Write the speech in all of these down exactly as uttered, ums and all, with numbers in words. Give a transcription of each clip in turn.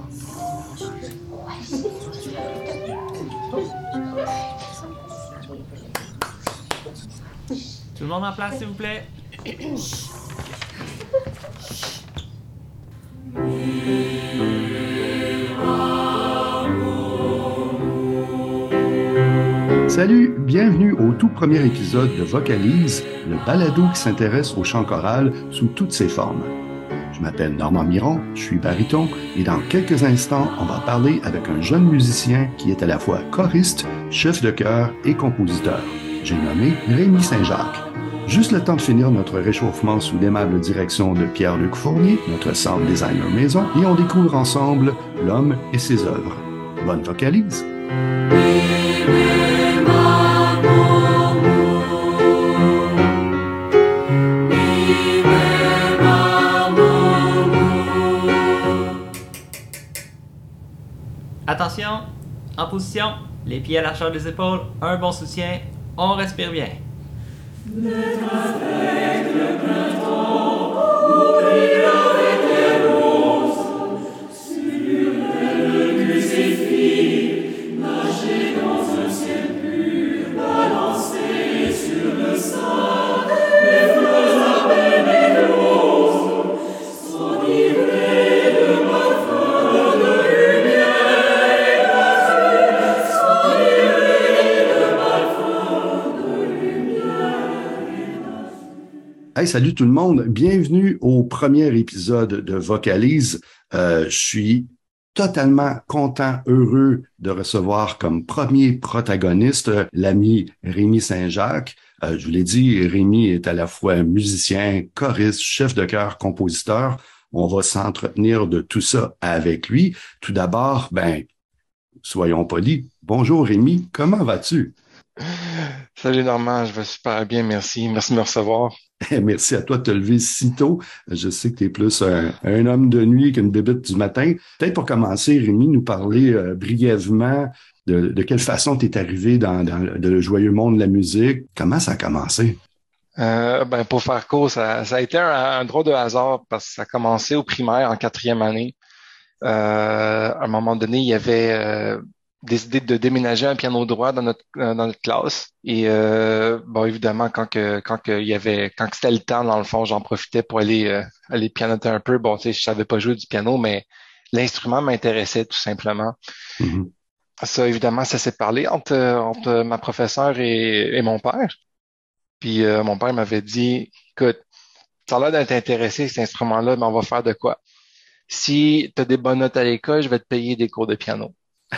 Tout le monde en place, s'il vous plaît. Salut, bienvenue au tout premier épisode de Vocalise, le balado qui s'intéresse au chant choral sous toutes ses formes. Je m'appelle Normand Miron, je suis baryton et dans quelques instants, on va parler avec un jeune musicien qui est à la fois choriste, chef de chœur et compositeur. J'ai nommé Rémi Saint-Jacques. Juste le temps de finir notre réchauffement sous l'aimable direction de Pierre-Luc Fournier, notre sound designer maison, et on découvre ensemble l'homme et ses œuvres. Bonne vocalise! Attention, en position, les pieds à l'archeur des épaules, un bon soutien, on respire bien. Avec le printemps, mourir avec les roses, sur l'aile du zéphyr, nager dans un ciel pur, balancer sur le sable, les fleurs à peine écloses, s'enivrer de parfums de lumière et d'azur, s'enivrer de parfums de lumière. Hey, salut tout le monde, bienvenue au premier épisode de Vocalise. Euh, je suis totalement content, heureux de recevoir comme premier protagoniste l'ami Rémi Saint-Jacques. Euh, je vous l'ai dit, Rémi est à la fois musicien, choriste, chef de chœur, compositeur. On va s'entretenir de tout ça avec lui. Tout d'abord, ben, soyons polis. Bonjour Rémi, comment vas-tu? Salut Normand, je vais super bien, merci. Merci de me recevoir. Merci à toi de te lever si tôt. Je sais que tu es plus un, un homme de nuit qu'une bébête du matin. Peut-être pour commencer, Rémi, nous parler euh, brièvement de, de quelle façon tu es arrivé dans, dans le, le joyeux monde de la musique. Comment ça a commencé? Euh, ben, pour faire court, ça, ça a été un, un drôle de hasard parce que ça a commencé au primaire en quatrième année. Euh, à un moment donné, il y avait euh, décidé de déménager un piano droit dans notre dans notre classe et euh, bon évidemment quand que quand que il y avait quand que c'était le temps dans le fond j'en profitais pour aller euh, aller pianoter un peu. Bon, tu sais, je savais pas jouer du piano, mais l'instrument m'intéressait tout simplement. Mm-hmm. Ça évidemment ça s'est parlé entre entre ma professeure et, et mon père. Puis euh, mon père m'avait dit, écoute, ça a l'air d'être intéressé cet instrument-là, mais on va faire de quoi? Si tu as des bonnes notes à l'école, je vais te payer des cours de piano.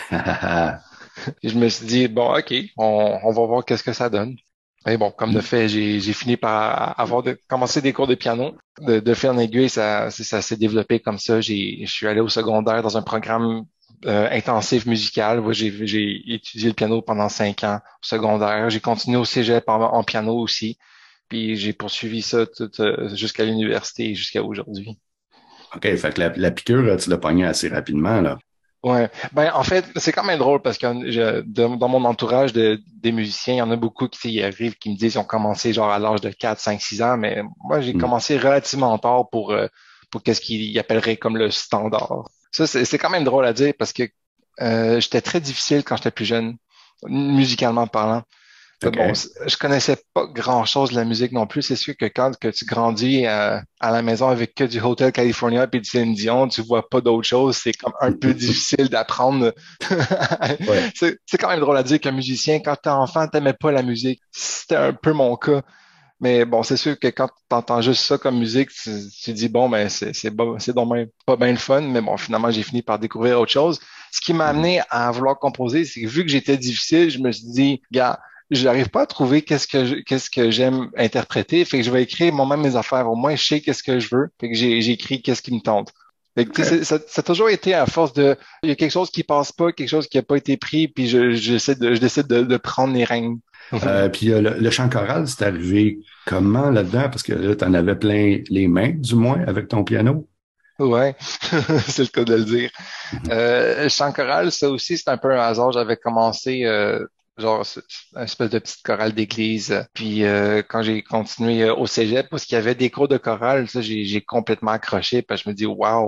Et je me suis dit, bon, OK, on, on va voir qu'est-ce que ça donne. Et bon, comme de fait, j'ai, j'ai fini par avoir de, commencé des cours de piano. De, de fil en aiguille, ça, ça s'est développé comme ça. J'ai, je suis allé au secondaire dans un programme euh, intensif musical. Moi, j'ai, j'ai étudié le piano pendant cinq ans au secondaire. J'ai continué au cégep en, en piano aussi. Puis j'ai poursuivi ça tout, euh, jusqu'à l'université et jusqu'à aujourd'hui. OK, fait que la, la piqûre, tu l'as pognée assez rapidement, là. Ouais, ben en fait, c'est quand même drôle parce que je, de- dans mon entourage de, des musiciens, il y en a beaucoup qui y arrivent, qui me disent qu'ils ont commencé genre à l'âge de quatre, cinq, six ans, mais moi j'ai Mm. commencé relativement tard pour euh, pour qu'est-ce qu'ils appelleraient comme le standard. Ça, c'est c'est quand même drôle à dire parce que euh, j'étais très difficile quand j'étais plus jeune, musicalement parlant. OK. Bon, c- je connaissais pas grand-chose de la musique non plus. C'est sûr que quand que tu grandis à, à la maison avec que du Hotel California puis du Céline Dion, tu vois pas d'autre chose. C'est comme un peu difficile d'apprendre. Ouais. C'est c'est quand même drôle à dire qu'un musicien, quand t'es enfant, t'aimais pas la musique. C'était un peu mon cas. Mais bon, c'est sûr que quand t'entends juste ça comme musique, tu, tu dis bon, ben c'est c'est pas c'est donc ben- pas bien le fun. Mais bon, finalement, j'ai fini par découvrir autre chose. Ce qui m'a amené à vouloir composer, c'est que vu que j'étais difficile, je me suis dit, gars, j'arrive pas à trouver qu'est-ce que je- qu'est-ce que j'aime interpréter. Fait que je vais écrire moi-même mes affaires. Au moins, je sais qu'est-ce que je veux. Fait que j'ai j'ai écrit qu'est-ce qui me tente. Fait que, tu sais, OK. c'est- ça, ça a toujours été à force de, il y a quelque chose qui passe pas, quelque chose qui a pas été pris, puis je, j'essaie de, je décide de, de prendre les rênes. Euh, puis euh, le, le chant choral, c'est arrivé comment là-dedans? Parce que là, tu en avais plein les mains, du moins, avec ton piano. Ouais, c'est le cas de le dire. Mhm. Euh, chant choral, ça aussi, c'est un peu un hasard. J'avais commencé, euh, genre, c'est- c'est une espèce de petite chorale d'église. Puis, euh, quand j'ai continué euh, au cégep, parce qu'il y avait des cours de chorale, ça, j'ai, j'ai complètement accroché. Puis, je me dis, waouh,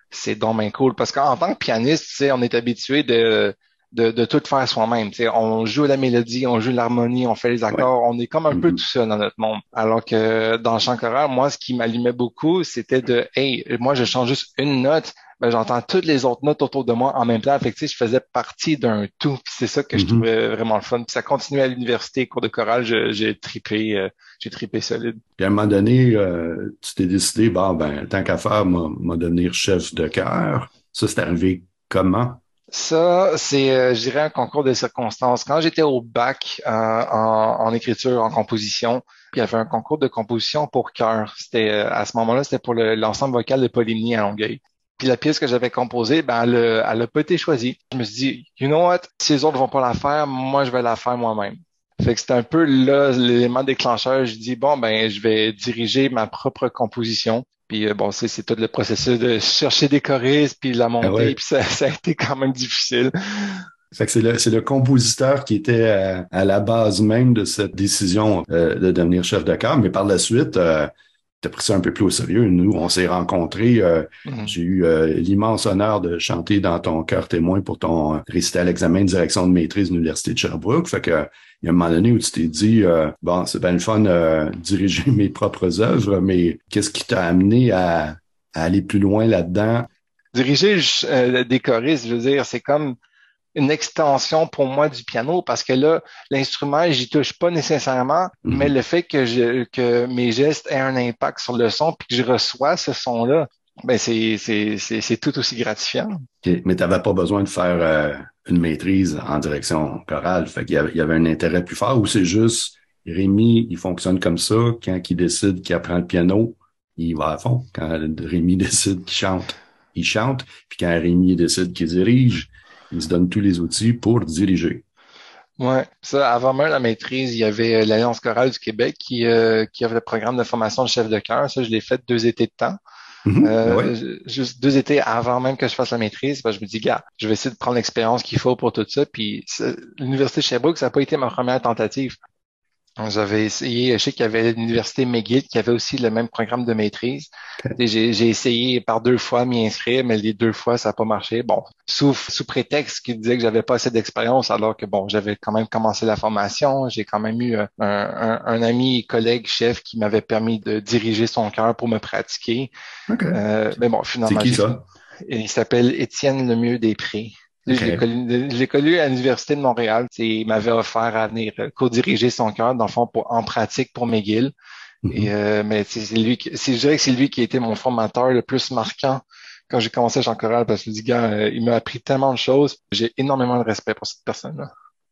c'est donc bien cool. Parce qu'en tant que pianiste, tu sais, on est habitué de, de, de tout faire soi-même. Tu sais, on joue la mélodie, on joue l'harmonie, on fait les Ouais. accords, on est comme un peu Mhm. tout seul dans notre monde. Alors que dans le chant choral, moi, ce qui m'allumait beaucoup, c'était de, hey, moi, je chante juste une note, ben, j'entends toutes les autres notes autour de moi en même temps. Fait que, tu sais, je faisais partie d'un tout. Puis c'est ça que je Mhm. trouvais vraiment le fun. Puis ça continuait à l'université, cours de chorale, je- j'ai trippé, euh, j'ai trippé solide. Puis à un moment donné, euh, tu t'es décidé, bon, ben, tant qu'à faire, moi, moi devenir chef de chœur. Ça, c'est arrivé comment? Ça, c'est, euh, je dirais, un concours de circonstances. Quand j'étais au bac euh, en, en écriture, en composition, puis il y avait un concours de composition pour chœur. C'était euh, à ce moment-là, c'était pour le- l'ensemble vocal de Poligny à Longueuil. Puis la pièce que j'avais composée, ben, elle, a- elle a pas été choisie. Je me suis dit, you know what, si les autres vont pas la faire, moi, je vais la faire moi-même. Fait que c'était un peu là l'élément déclencheur. Je dis, bon, ben, je vais diriger ma propre composition. Puis euh, bon, c'est c'est tout le processus de chercher des choristes, puis la Ah monter, ouais. puis ça, ça a été quand même difficile. Fait que c'est le, c'est le compositeur qui était à, à la base même de cette décision euh, de devenir chef de chœur, mais par la suite, euh, t'as pris ça un peu plus au sérieux. Nous, on s'est rencontrés. Euh, Mhm. j'ai eu euh, l'immense honneur de chanter dans ton chœur témoin pour ton euh, récital examen de direction de maîtrise de l'Université de Sherbrooke. Fait que il y a un moment donné où tu t'es dit, euh, bon, c'est bien le fun euh, diriger mes propres œuvres, mais qu'est-ce qui t'a amené à, à aller plus loin là-dedans? Diriger euh, des choristes, je veux dire, c'est comme une extension pour moi du piano parce que là, l'instrument, j'y touche pas nécessairement, mais Mhm. le fait que je, que mes gestes aient un impact sur le son puis que je reçois ce son-là, ben c'est, c'est, c'est, c'est tout aussi gratifiant. OK. Mais tu n'avais pas besoin de faire euh, une maîtrise en direction chorale. Fait qu'il y avait, il y avait un intérêt plus fort ou c'est juste Rémi, il fonctionne comme ça. Quand il décide qu'il apprend le piano, il va à fond. Quand Rémi décide qu'il chante, il chante. Puis quand Rémi décide qu'il dirige, il se donne tous les outils pour diriger. Ouais, ça, avant même la maîtrise, il y avait euh, l'Alliance chorale du Québec qui, euh, qui offre le programme de formation de chef de chœur. Ça, je l'ai fait deux étés de temps. Mhm. Ah ouais. Euh, juste deux étés avant même que je fasse la maîtrise, ben, je me dis, gars, je vais essayer de prendre l'expérience qu'il faut pour tout ça. Puis ça- l'Université de Sherbrooke, ça n'a pas été ma première tentative. J'avais essayé, je sais qu'il y avait l'Université McGill qui avait aussi le même programme de maîtrise. OK. Et J'ai j'ai essayé par deux fois m'y inscrire, mais les deux fois, ça n'a pas marché. Bon, sous, sous prétexte qu'ils disaient que j'avais pas assez d'expérience, alors que bon, j'avais quand même commencé la formation. J'ai quand même eu un, un, un ami, collègue, chef qui m'avait permis de diriger son chœur pour me pratiquer. OK. Euh, mais bon, C'est finalement, qui j'ai ça? il s'appelle Étienne Lemieux-Després. Lui, je l'ai OK. connu, je l'ai connu à l'Université de Montréal. C'est- Il m'avait offert à venir euh, co-diriger son chœur, dans le fond, pour, en pratique pour McGill. Et, Mhm. euh, mais c'est c'est lui qui, c'est- je dirais que c'est lui qui a été mon formateur le plus marquant quand j'ai commencé chant choral parce que je me dis, gars, euh, il m'a appris tellement de choses. J'ai énormément de respect pour cette personne-là.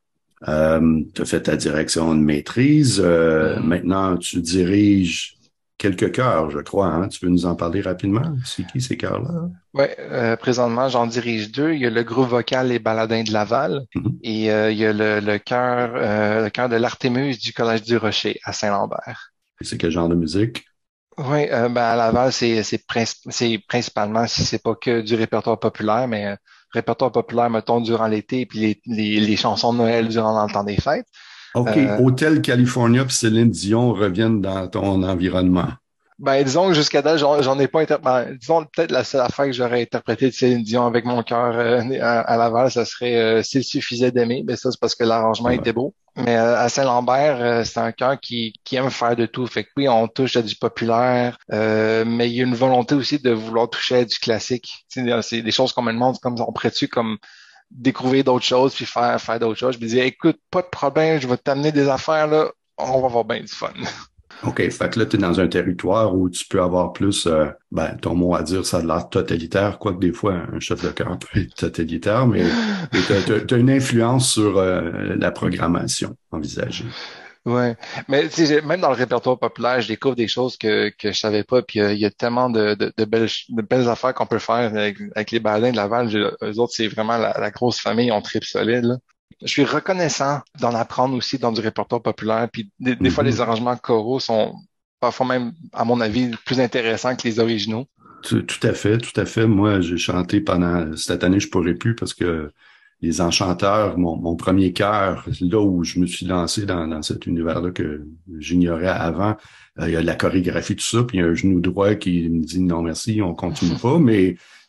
Euh, tu as fait ta direction de maîtrise. Euh, Mhm. maintenant, tu diriges quelques chœurs, je crois. Hein? Tu veux nous en parler rapidement? C'est qui ces chœurs-là? Ouais, euh, présentement, j'en dirige deux. Il y a le groupe vocal Les Baladins de Laval Mhm. et euh, il y a le, le chœur, euh, le chœur de l'Artémuse du Collège du Rocher à Saint-Lambert. C'est quel genre de musique? Oui, euh, ben à Laval, c'est c'est princi- c'est principalement, si c'est pas que du répertoire populaire, mais euh, répertoire populaire, mettons, durant l'été, puis les, les, les chansons de Noël durant le temps des fêtes. OK. Euh, Hôtel California puis Céline Dion reviennent dans ton environnement. Ben, disons que jusqu'à date, j'en j'en ai pas interprété. Disons, peut-être la seule affaire que j'aurais interprétée de Céline Dion avec mon cœur euh, à, à Laval, ça serait euh, S'il suffisait d'aimer. Mais ça, c'est parce que l'arrangement Ouais. était beau. Mais euh, à Saint-Lambert, euh, c'est un cœur qui, qui aime faire de tout. Fait que oui, on touche à du populaire, euh, mais il y a une volonté aussi de vouloir toucher à du classique. Tu sais, c'est des choses qu'on me demande, comme on pourrait-tu comme découvrir d'autres choses puis faire faire d'autres choses. Je me disais, écoute, pas de problème, je vais t'amener des affaires là, on va avoir bien du fun. OK. Fait que là, tu es dans un territoire où tu peux avoir plus, euh, ben, ton mot à dire, ça a l'air totalitaire, quoique des fois, un chef de chœur peut être totalitaire, mais tu as, une influence sur euh, la programmation envisagée. Ouais, mais tu sais, j'ai- même dans le répertoire populaire, je découvre des choses que que je savais pas. Puis euh, il y a tellement de, de, de belles ch- de belles affaires qu'on peut faire avec, avec les baladins de Laval. Je- eux autres, c'est vraiment la, la grosse famille, on tripe solide, là. Je suis reconnaissant d'en apprendre aussi dans du répertoire populaire. Puis des, des fois, les Mhm. arrangements choraux sont parfois même, à mon avis, plus intéressants que les originaux. Tout, tout à fait, tout à fait. Moi, j'ai chanté pendant cette année, je pourrais plus parce que les enchanteurs, mon, mon premier chœur, là où je me suis lancé dans, dans cet univers-là que j'ignorais avant, euh, il y a de la chorégraphie, tout ça, puis il y a un genou droit qui me dit non merci, on continue pas, mais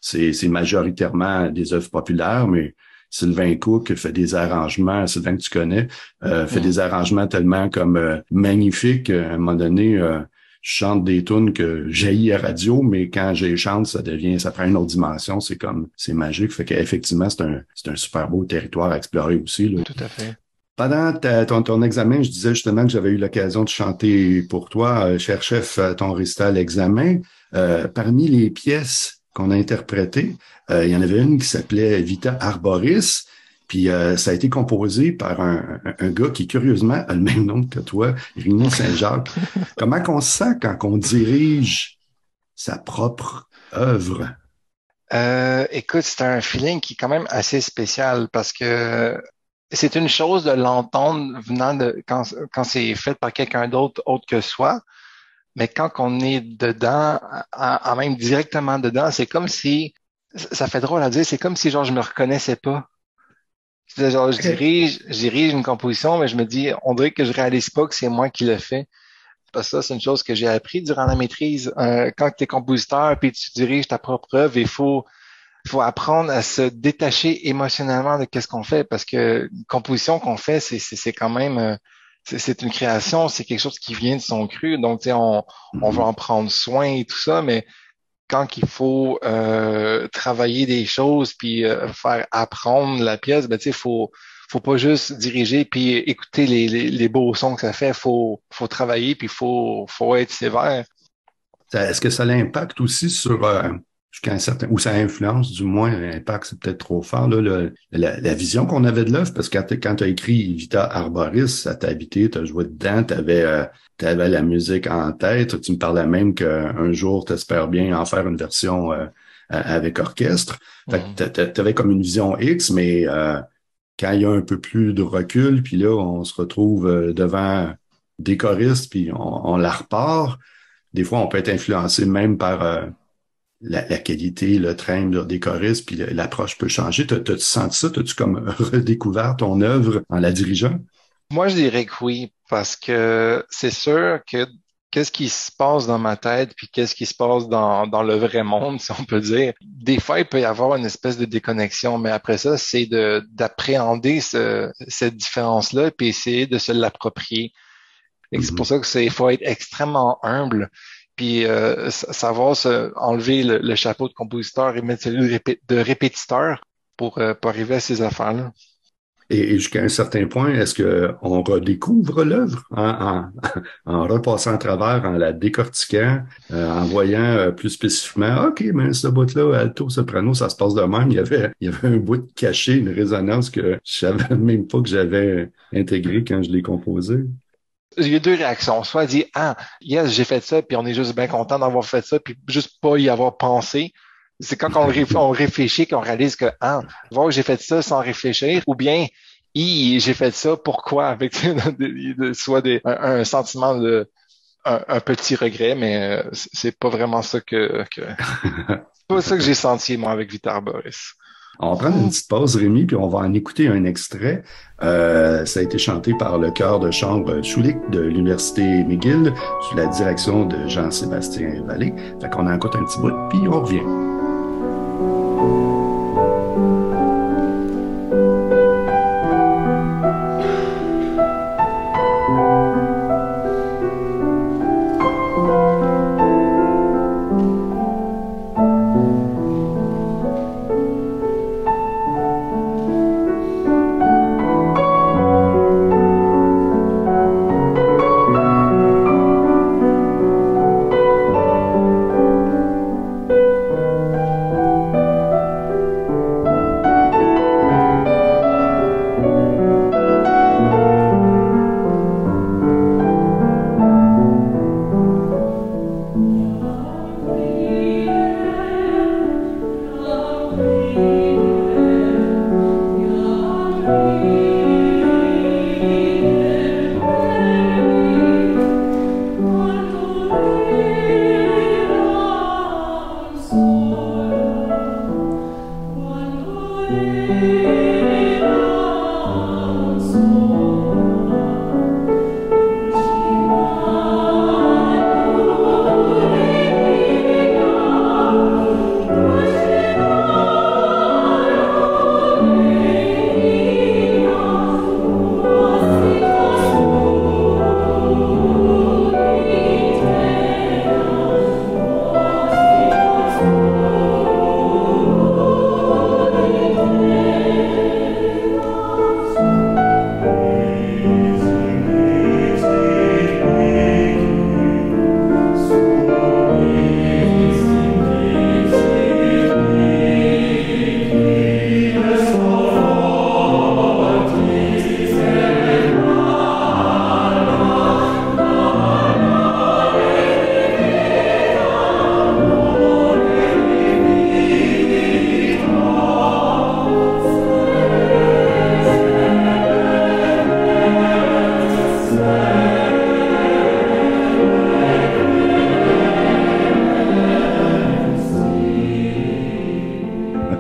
c'est, c'est majoritairement des œuvres populaires, mais Sylvain Cook fait des arrangements, Sylvain que tu connais, euh, fait mmh. des arrangements tellement comme euh, magnifiques. À un moment donné, euh, je chante des tunes que j'haïs à radio, mais quand je les chante, ça devient, ça prend une autre dimension. C'est comme, c'est magique. Fait qu'effectivement, c'est un, c'est un super beau territoire à explorer aussi, là. Tout à fait. Pendant ta, ton, ton examen, je disais justement que j'avais eu l'occasion de chanter pour toi, euh, cher chef, ton récital examen. Euh, parmi les pièces qu'on a interprétées, euh, il y en avait une qui s'appelait Vita Arboris, puis euh, ça a été composé par un, un, un gars qui, curieusement, a le même nom que toi, Rini Saint-Jacques. Comment qu'on se sent quand on dirige sa propre œuvre? Euh, écoute, c'est un feeling qui est quand même assez spécial parce que c'est une chose de l'entendre venant de quand, quand c'est fait par quelqu'un d'autre autre que soi, mais quand on est dedans, en, en même directement dedans, c'est comme si, ça fait drôle à dire, c'est comme si genre je me reconnaissais pas. C'est genre je dirige, je dirige une composition, mais je me dis, on dirait que je réalise pas que c'est moi qui le fais. Parce que ça, c'est une chose que j'ai appris durant la maîtrise. Euh, quand tu es compositeur puis tu diriges ta propre œuvre, il faut faut apprendre à se détacher émotionnellement de qu'est-ce qu'on fait, parce que une composition qu'on fait, c'est, c'est, c'est quand même, c'est, c'est une création, c'est quelque chose qui vient de son cru, donc tu sais, on, on va en prendre soin et tout ça, mais quand il faut euh, travailler des choses puis euh, faire apprendre la pièce, ben tu sais, faut faut pas juste diriger puis écouter les, les, les beaux sons que ça fait, faut faut travailler puis faut faut être sévère. Ça, est-ce que ça l'impacte aussi sur euh... jusqu'à un certain, ou ça influence, du moins, l'impact, c'est peut-être trop fort, là, le, la, la vision qu'on avait de l'œuvre, parce que quand tu as écrit Vita Arboris, ça t'a habité, tu as joué dedans, tu avais euh, t'avais la musique en tête, tu me parlais même qu'un jour, tu espères bien en faire une version euh, avec orchestre. Fait que tu avais comme une vision X, mais euh, quand il y a un peu plus de recul, puis là, on se retrouve devant des choristes, puis on, on la repart, des fois, on peut être influencé même par... Euh, La, la qualité, le train des choristes, puis l'approche peut changer. T'as, t'as-tu senti ça? T'as-tu comme redécouvert ton œuvre en la dirigeant? Moi, je dirais que oui, parce que c'est sûr que qu'est-ce qui se passe dans ma tête, puis qu'est-ce qui se passe dans, dans le vrai monde, si on peut dire. Des fois, il peut y avoir une espèce de déconnexion, mais après ça, c'est de d'appréhender ce, cette différence-là, puis essayer de se l'approprier. Et mm-hmm. C'est pour ça que c'est, il faut être extrêmement humble. Puis euh, savoir se enlever le, le chapeau de compositeur et mettre celui de, répé- de répétiteur pour, euh, pour arriver à ces affaires-là. Et, et jusqu'à un certain point, est-ce que on redécouvre l'œuvre en, en, en repassant à travers, en la décortiquant, euh, en voyant euh, plus spécifiquement, OK, mais ce bout-là, alto, soprano, ça se passe de même. Il y avait, il y avait un bout caché, une résonance que je savais même pas que j'avais intégré quand je l'ai composé. Il y a deux réactions. Soit dire, ah, yes, j'ai fait ça, puis on est juste bien content d'avoir fait ça, puis juste pas y avoir pensé. C'est quand on, réf- on réfléchit qu'on réalise que, ah, voir que j'ai fait ça sans réfléchir, ou bien, hi, j'ai fait ça, pourquoi? Avec soit des, un, un sentiment de, un, un petit regret, mais c'est pas vraiment ça que, que c'est pas ça que j'ai senti, moi, avec Vita Arboris. On va prendre une petite pause, Rémi, puis on va en écouter un extrait. Euh, ça a été chanté par le chœur de chambre Schulich de l'Université McGill sous la direction de Jean-Sébastien Vallée. Fait qu'on en écoute un petit bout, puis on revient.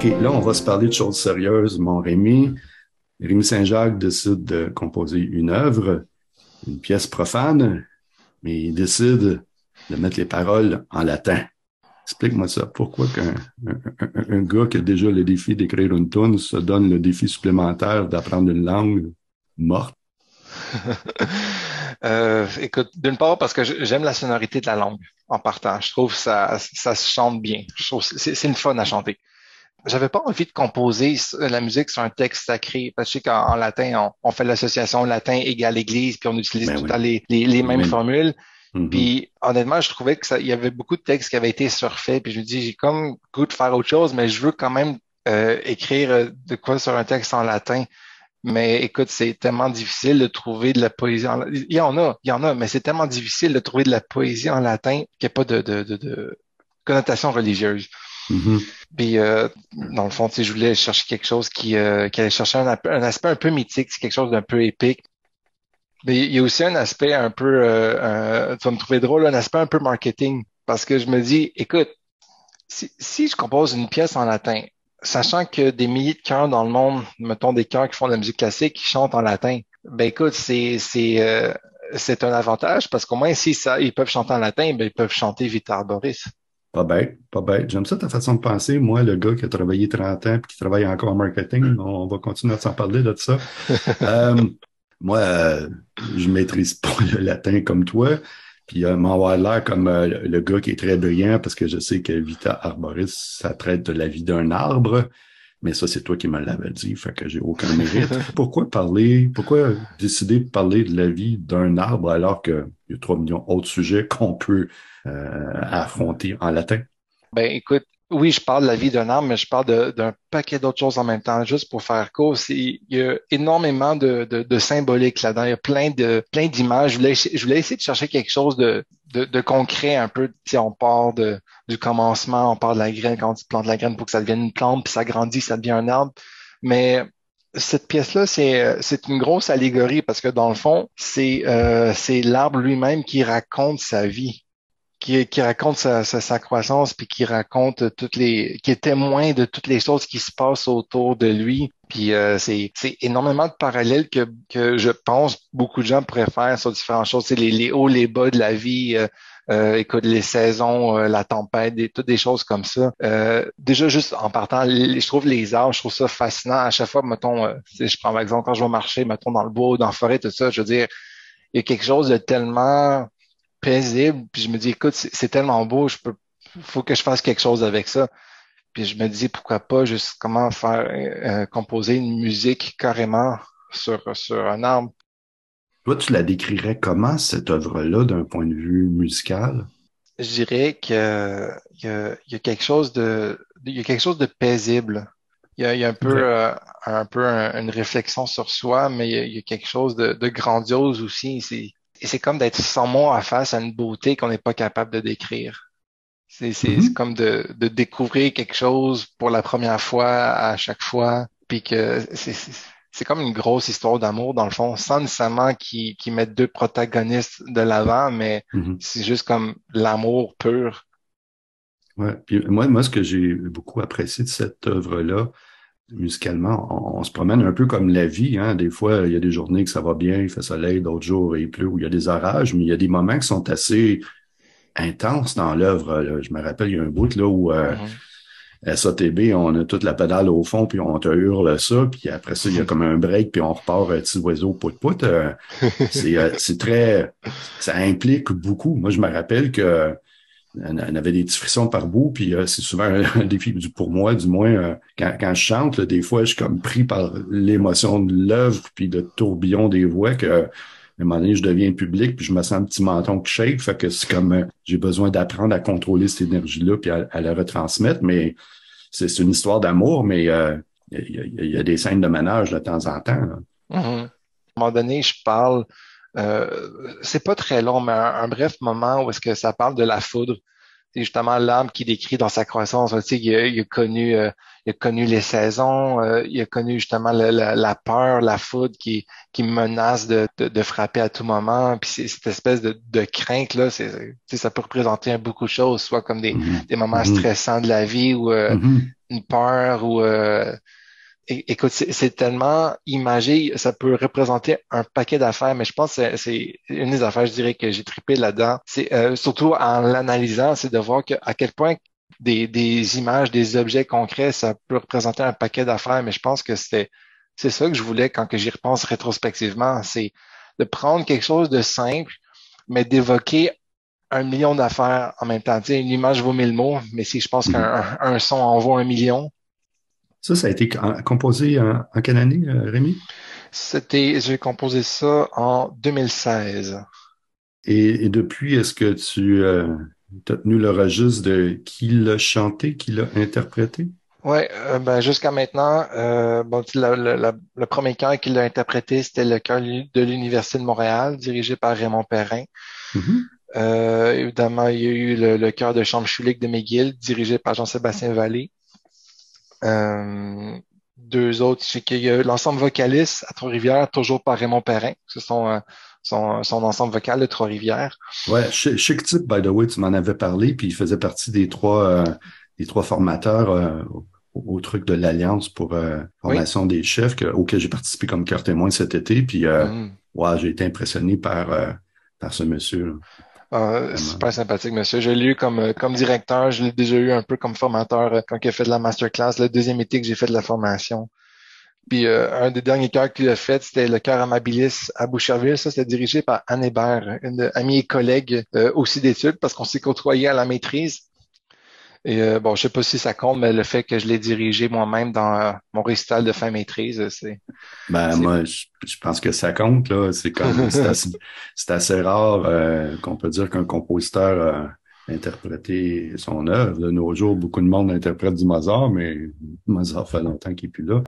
OK, là, on va se parler de choses sérieuses, mon Rémi. Rémi Saint-Jacques décide de composer une œuvre, une pièce profane, mais il décide de mettre les paroles en latin. Explique-moi ça. Pourquoi qu'un un, un, un gars qui a déjà le défi d'écrire une toune se donne le défi supplémentaire d'apprendre une langue morte? Euh, écoute, d'une part parce que j'aime la sonorité de la langue en partant. Je trouve que ça, ça se chante bien. Je trouve que c'est, c'est une fun à chanter. J'avais pas envie de composer la musique sur un texte sacré, parce que je sais qu'en en latin, on, on fait l'association latin égale église, puis on utilise Ben tout le oui. temps les, les, les mêmes Oui. formules. Mhm. Puis honnêtement, je trouvais que ça, il y avait beaucoup de textes qui avaient été surfaits, puis je me dis, j'ai comme goût de faire autre chose, mais je veux quand même euh, écrire de quoi sur un texte en latin. Mais écoute, c'est tellement difficile de trouver de la poésie en... Il y en a, il y en a, mais c'est tellement difficile de trouver de la poésie en latin qu'il n'y a pas de, de, de, de connotation religieuse. Mhm. Puis, euh, dans le fond, tu sais, je voulais chercher quelque chose qui, euh, qui allait chercher un, un aspect un peu mythique, c'est quelque chose d'un peu épique. Mais il y a aussi un aspect un peu, euh, euh, tu vas me trouver drôle, un aspect un peu marketing. Parce que je me dis, écoute, si, si je compose une pièce en latin, sachant que des milliers de chœurs dans le monde, mettons des chœurs qui font de la musique classique, qui chantent en latin, ben écoute, c'est, c'est, euh, c'est un avantage parce qu'au moins, si ça, ils peuvent chanter en latin, ben ils peuvent chanter Vita Arboris. Pas bête, pas bête. J'aime ça ta façon de penser. Moi, le gars qui a travaillé trente ans et qui travaille encore en marketing, on va continuer à s'en parler de ça. Euh, moi, euh, je maîtrise pas le latin comme toi. Puis euh, m'avoir l'air comme euh, le gars qui est très brillant parce que je sais que Vita Arboris, ça traite de la vie d'un arbre. Mais ça, c'est toi qui me l'avais dit, fait que j'ai aucun mérite. Pourquoi parler, pourquoi décider de parler de la vie d'un arbre alors qu'il y a trois millions d'autres sujets qu'on peut euh, affronter en latin? Ben, écoute, oui, je parle de la vie d'un arbre, mais je parle de- d'un paquet d'autres choses en même temps. Juste pour faire court, c'est- il y a énormément de, de, de symbolique là-dedans. Il y a plein de, plein d'images. Je voulais, je voulais essayer de chercher quelque chose de, de, de concret un peu. Tu sais, on part de, du commencement, on part de la graine, quand tu plantes la graine pour que ça devienne une plante, puis ça grandit, ça devient un arbre. Mais cette pièce-là, c'est, c'est une grosse allégorie parce que dans le fond, c'est, euh, c'est l'arbre lui-même qui raconte sa vie qui, qui raconte sa, sa, sa croissance, puis qui raconte toutes les, qui est témoin de toutes les choses qui se passent autour de lui. Puis euh, c'est, c'est énormément de parallèles que, que je pense beaucoup de gens pourraient faire sur différentes choses. C'est les, les hauts, les bas de la vie. Euh, euh, écoute, les saisons, euh, la tempête, des, toutes des choses comme ça. Euh, déjà, juste en partant, les- je trouve les arbres, je trouve ça fascinant. À chaque fois, mettons, euh, si je prends par exemple quand je vais marcher, mettons dans le bois ou dans la forêt, tout ça, je veux dire, il y a quelque chose de tellement paisible. Puis je me dis, écoute, c'est c'est tellement beau, je peux, faut que je fasse quelque chose avec ça. Puis je me dis, pourquoi pas juste comment faire, euh, composer une musique carrément sur, sur un arbre. Toi, tu la décrirais comment, cette œuvre-là, d'un point de vue musical? Je dirais que il y a, il y a quelque chose de, il y a quelque chose de paisible. Il y a, il y a un peu, OK. euh, un peu un- une réflexion sur soi, mais il y a, il y a quelque chose de, de grandiose aussi. C'est, et c'est comme d'être sans mots à face à une beauté qu'on n'est pas capable de décrire. C'est, c'est, c'est Mhm. comme de, de découvrir quelque chose pour la première fois à chaque fois, puis que c'est, c'est, c'est comme une grosse histoire d'amour dans le fond, sans nécessairement qu'ils qu'ils mettent deux protagonistes de l'avant, mais Mhm. c'est juste comme l'amour pur. Ouais. Puis moi, moi, ce que j'ai beaucoup apprécié de cette œuvre-là, musicalement, on, on se promène un peu comme la vie, hein. Des fois, il y a des journées que ça va bien, il fait soleil, d'autres jours, il pleut ou il y a des orages, mais il y a des moments qui sont assez intenses dans l'œuvre, là. Je me rappelle, il y a un bout là où euh, Mhm. S A T B, on a toute la pédale au fond, puis on te hurle ça, puis après ça, il y a comme un break, puis on repart un petit oiseau pout-pout. Euh, c'est, euh, c'est très... Ça implique beaucoup. Moi, je me rappelle que on avait des petits frissons par bout, puis euh, c'est souvent un, un défi du- pour moi, du moins, euh, quand, quand je chante, là, des fois, je suis comme pris par l'émotion de l'œuvre, puis le tourbillon des voix, que à un moment donné, je deviens public, puis je me sens un petit menton qui shake, fait que c'est comme, euh, j'ai besoin d'apprendre à contrôler cette énergie-là, puis à, à la retransmettre, mais c'est c'est une histoire d'amour, mais euh, il y, a, il y a- il y a des scènes de ménage de temps en temps, là. Mhm. À un moment donné, je parle, euh, c'est pas très long, mais un, un bref moment où est-ce que ça parle de la foudre. C'est justement l'arbre qui décrit dans sa croissance. Tu sais, il a, il a connu, euh, il a connu les saisons, euh, il a connu justement la, la, la peur, la foudre qui, qui menace de, de, de frapper à tout moment. Puis c'est, cette espèce de, de crainte là, c'est, tu sais, ça peut représenter beaucoup de choses, soit comme des, Mhm. des moments Mhm. stressants de la vie ou euh, Mhm. une peur ou euh, é- écoute, c'est c'est tellement imagé, ça peut représenter un paquet d'affaires, mais je pense que c'est c'est une des affaires, je dirais, que j'ai trippé là-dedans. C'est euh, surtout en l'analysant, c'est de voir que, à quel point des, des images, des objets concrets, ça peut représenter un paquet d'affaires, mais je pense que c'était c'est ça que je voulais quand que j'y repense rétrospectivement, c'est de prendre quelque chose de simple, mais d'évoquer un million d'affaires en même temps. Tu sais, une image vaut mille mots, mais si je pense Mhm. qu'un un, un son en vaut un million, Ça, ça a été en- composé en, en quelle année, euh, Rémi? c'était, j'ai composé ça en deux mille seize. Et, et depuis, est-ce que tu euh, as tenu le registre de qui l'a chanté, qui l'a interprété? Ouais, euh, ben jusqu'à maintenant, euh, bon, tu sais, la- la- la- le premier chœur qui l'a interprété, c'était le chœur de l'Université de Montréal, dirigé par Raymond Perrin. Mhm. Euh, évidemment, il y a eu le, le chœur de chambre Schulich de McGill, dirigé par Jean-Sébastien Vallée. Euh, deux autres, c'est qu'il y a l'ensemble vocaliste à Trois-Rivières, toujours par Raymond Perrin. C'est son, euh, son, son ensemble vocal de Trois-Rivières. Ouais, Chi- Chic Tip, by the way, tu m'en avais parlé, puis il faisait partie des trois, euh, des trois formateurs euh, au, au truc de l'Alliance pour euh, Oui. formation des chefs que- auquel j'ai participé comme cœur témoin cet été, puis euh, Mhm. ouais, j'ai été impressionné par, euh, par ce monsieur, là, Euh, vraiment. super sympathique, monsieur. Je l'ai eu comme, euh, comme directeur, je l'ai déjà eu un peu comme formateur euh, quand il a fait de la masterclass, le deuxième été que j'ai fait de la formation. Puis euh, un des derniers chœurs qu'il a fait, c'était le chœur Amabilis à Boucherville. Ça, c'était dirigé par Anne Hébert, une amie et collègue euh, aussi d'études, parce qu'on s'est côtoyé à la maîtrise. Et euh, bon, je sais pas si ça compte, mais le fait que je l'ai dirigé moi-même dans euh, mon récital de fin maîtrise, euh, c'est, Ben, c'est... moi, je, je pense que ça compte, là. C'est comme, c'est assez, c'est assez rare euh, qu'on peut dire qu'un compositeur a interprété son œuvre. De nos jours, beaucoup de monde interprète du Mozart, mais Mozart fait longtemps qu'il est plus là.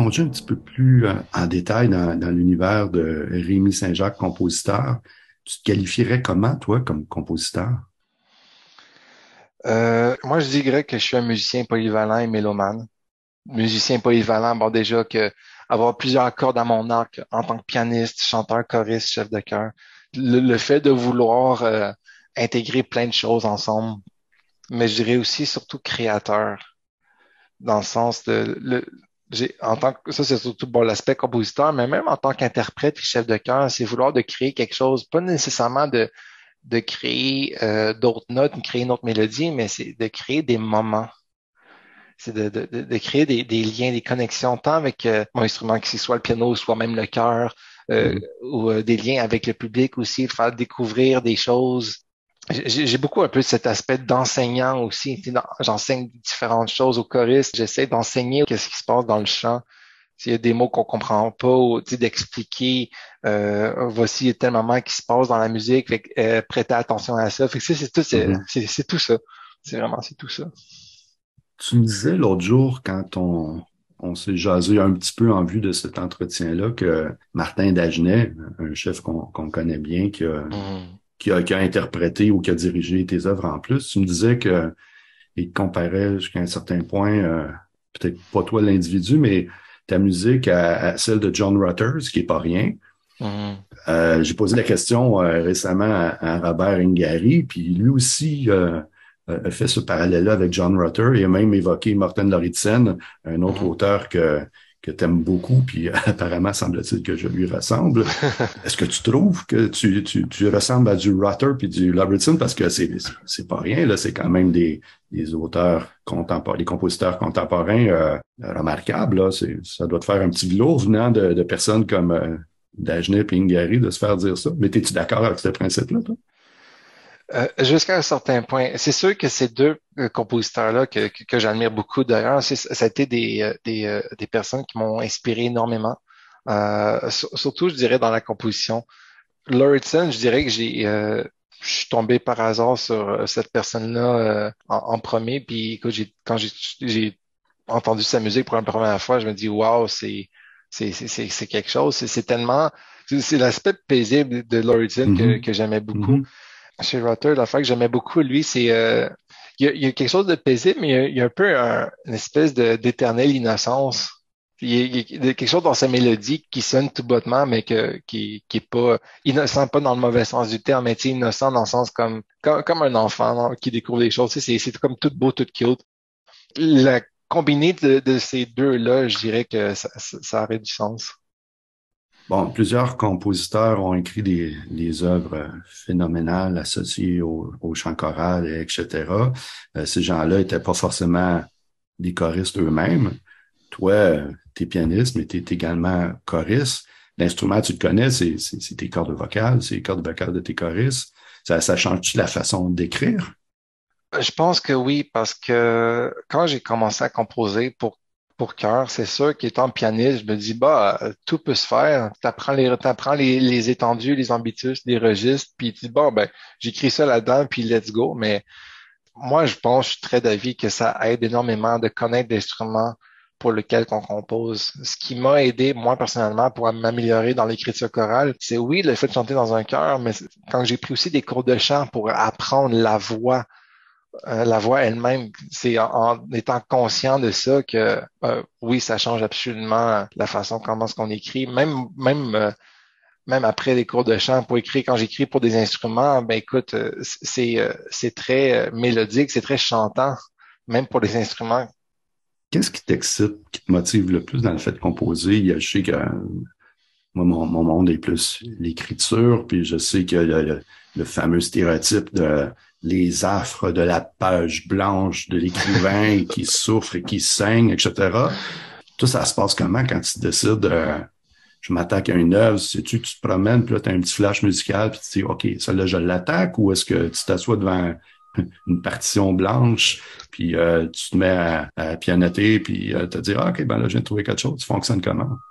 plonger un petit peu plus euh, en détail dans, dans l'univers de Rémi Saint-Jacques, compositeur. Tu te qualifierais comment, toi, comme compositeur? Euh, moi, je dirais que je suis un musicien polyvalent et mélomane. Musicien polyvalent, bon, déjà que avoir plusieurs cordes à mon arc en tant que pianiste, chanteur, choriste, chef de chœur. Le, le fait de vouloir euh, intégrer plein de choses ensemble, mais je dirais aussi surtout créateur, dans le sens de le, j'ai en tant que ça c'est surtout bon l'aspect compositeur, mais même en tant qu'interprète et chef de chœur, c'est vouloir de créer quelque chose, pas nécessairement de de créer euh, d'autres notes, de créer une autre mélodie, mais c'est de créer des moments. C'est de, de, de de créer des, des liens, des connexions, tant avec euh, mon instrument, que ce soit le piano, soit même le chœur, euh, Mhm. ou euh, des liens avec le public aussi, de faire découvrir des choses. J'ai j'ai beaucoup un peu cet aspect d'enseignant aussi. Tu sais, dans- J'enseigne différentes choses aux choristes. J'essaie d'enseigner qu'est-ce qui se passe dans le chant. S'il y a des mots qu'on comprend pas, ou tu sais, d'expliquer, euh, voici tel moment qui se passe dans la musique, fait que, euh, prêtez attention à ça. Fait que ça, c'est tout, c'est Mhm. c'est- c'est tout ça. C'est vraiment, c'est tout ça. Tu me disais l'autre jour, quand on, on s'est jasé un petit peu en vue de cet entretien-là, que Martin Dagenet, un chef qu'on qu'on connaît bien, qui a, Mhm. qui a, qui a interprété ou qui a dirigé tes œuvres en plus, tu me disais que il te comparait jusqu'à un certain point, euh, peut-être pas toi l'individu, mais ta musique à, à celle de John Rutter, ce qui est pas rien. Mhm. Euh, j'ai posé la question euh, récemment à, à Robert Ingari, puis lui aussi euh, a fait ce parallèle-là avec John Rutter et a même évoqué Morten Lauridsen, un autre Mhm. auteur que, que tu aimes beaucoup, puis apparemment semble-t-il que je lui ressemble. Est-ce que tu trouves que tu, tu, tu ressembles à du Rutter puis du Lauridsen? Parce que c'est, c'est pas rien, là, c'est quand même des, des auteurs contemporains, des compositeurs contemporains euh, remarquables. Là. C'est, ça doit te faire un petit velours venant de, de personnes comme euh, Dagenet et Ingari de se faire dire ça. Mais es-tu d'accord avec ce principe-là, toi? Euh, jusqu'à un certain point. C'est sûr que ces deux euh, compositeurs-là que, que, que j'admire beaucoup d'ailleurs, c'est- ça a été des, euh, des, euh, des personnes qui m'ont inspiré énormément. Euh, sur- surtout, je dirais, dans la composition. Lauritsen, je dirais que j'ai euh, je suis tombé par hasard sur euh, cette personne-là euh, en, en premier. Puis écoute, j'ai, quand j'ai j'ai entendu sa musique pour la première fois, je me dis waouh, c'est c'est c'est c'est c'est quelque chose. C'est c'est tellement c'est c'est l'aspect paisible de Lauritsen que Mhm. que j'aimais beaucoup. Mhm. Chez Rutter, l'affaire que j'aimais beaucoup, lui, c'est euh, il y a, il y a quelque chose de paisible, mais il y a, il y a un peu un- une espèce de d'éternelle innocence. Il y, a, il y a quelque chose dans sa mélodie qui sonne tout bottement, mais que, qui, qui est pas innocent, pas dans le mauvais sens du terme, mais tu sais, innocent dans le sens comme, comme, comme un enfant non, qui découvre des choses. Tu sais, c'est c'est comme tout beau, tout cute. La combinée de, de ces deux-là, je dirais que ça, ça, ça aurait du sens. Bon, plusieurs compositeurs ont écrit des, des œuvres phénoménales associées au, au chant choral, et etc. Euh, ces gens-là étaient pas forcément des choristes eux-mêmes. Toi, tu es pianiste, mais tu es également choriste. L'instrument, tu le connais, c'est, c'est, c'est tes cordes vocales, c'est les cordes vocales de tes choristes. Ça, ça change-tu la façon d'écrire? Je pense que oui, parce que quand j'ai commencé à composer pour, pour chœur, c'est sûr qu'étant pianiste, je me dis, bah, euh, tout peut se faire. T'apprends les, t'apprends les, les étendues, les ambitus, les registres, puis tu dis, bon, ben, j'écris ça là-dedans, puis let's go. Mais moi, je pense, je suis très d'avis que ça aide énormément de connaître l'instrument pour lequel on compose. Ce qui m'a aidé, moi, personnellement, pour m'améliorer dans l'écriture chorale, c'est oui, le fait de chanter dans un chœur, mais c'est- quand j'ai pris aussi des cours de chant pour apprendre la voix, euh, la voix elle-même, c'est en, en étant conscient de ça que euh, oui, ça change absolument la façon comment est-ce qu'on écrit. Même même euh, même après les cours de chant pour écrire, quand j'écris pour des instruments, ben écoute, euh, c'est euh, c'est très euh, mélodique, c'est très chantant, même pour les instruments. Qu'est-ce qui t'excite, qui te motive le plus dans le fait de composer? Il y a- Je sais que moi, mon, mon monde est plus l'écriture, puis je sais qu'il y a le, le fameux stéréotype de les affres de la page blanche de l'écrivain qui souffre et qui saigne, et cetera. Tout ça se passe comment quand tu décides, euh, je m'attaque à une œuvre, sais-tu que tu te promènes, puis là, tu as un petit flash musical, puis tu dis, OK, celle-là, je l'attaque, ou est-ce que tu t'assois devant une partition blanche, puis euh, tu te mets à, à pianoter, puis euh, te dire, ah, OK, ben là, je viens de trouver quelque chose, tu fonctionnes comment?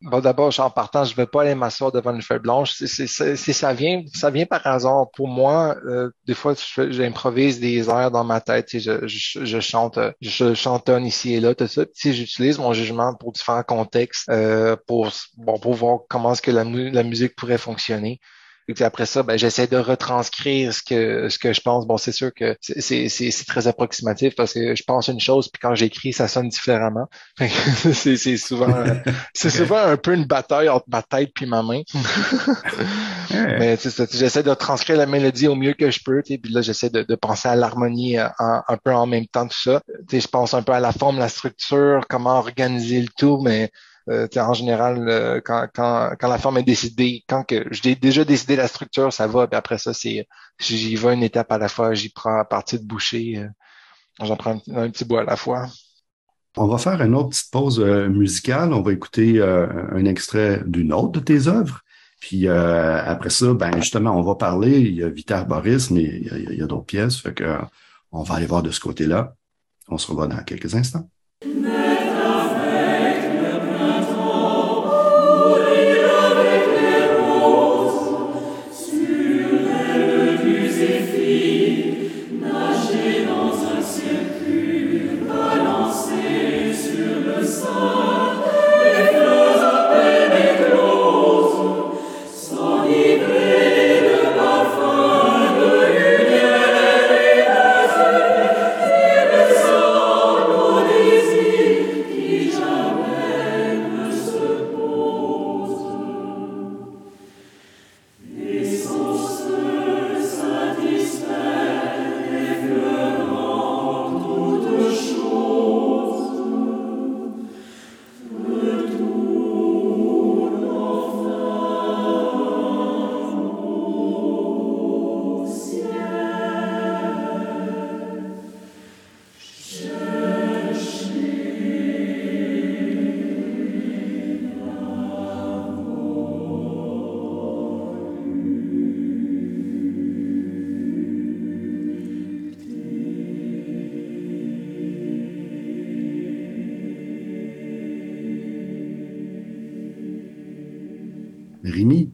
Bon, d'abord, en partant, je ne vais pas aller m'asseoir devant une feuille blanche. C'est, c'est, c'est, c'est- ça vient, ça vient par hasard. Pour moi, euh, des fois, je fais- j'improvise des airs dans ma tête. Tu sais, Je, je, je chante, euh, je chantonne ici et là, tout ça. Puis, tu sais, j'utilise mon jugement pour différents contextes, euh, pour, bon, pour voir comment est-ce que la, mu- la musique pourrait fonctionner. Et puis après ça, ben, j'essaie de retranscrire ce que, ce que je pense. Bon, c'est sûr que c'est, c'est, c'est c'est très approximatif parce que je pense une chose, puis quand j'écris, ça sonne différemment. Fait que c'est c'est souvent, euh, c'est OK. souvent un peu une bataille entre ma tête puis ma main. Eh, Mais tu sais, j'essaie de transcrire la mélodie au mieux que je peux. Tu sais, puis là, j'essaie de, de penser à l'harmonie euh, en- un peu en même temps, tout ça. Tu sais, je pense un peu à la forme, la structure, comment organiser le tout, mais euh, tu sais, en général, euh, quand, quand, quand la forme est décidée, quand que j'ai déjà décidé la structure, ça va. Puis après ça, c'est j'y vais une étape à la fois, j'y prends à partir de bouchée. euh, J'en prends un, un petit bout à la fois. on va faire une autre petite pause euh, musicale. On va écouter euh, un extrait d'une autre de tes œuvres. Puis euh, après ça, ben justement, on va parler. Il y a Vitar Boris, mais il y a, il y a d'autres pièces. Fait que, euh, on va aller voir de ce côté-là. On se revoit dans quelques instants. Rémi,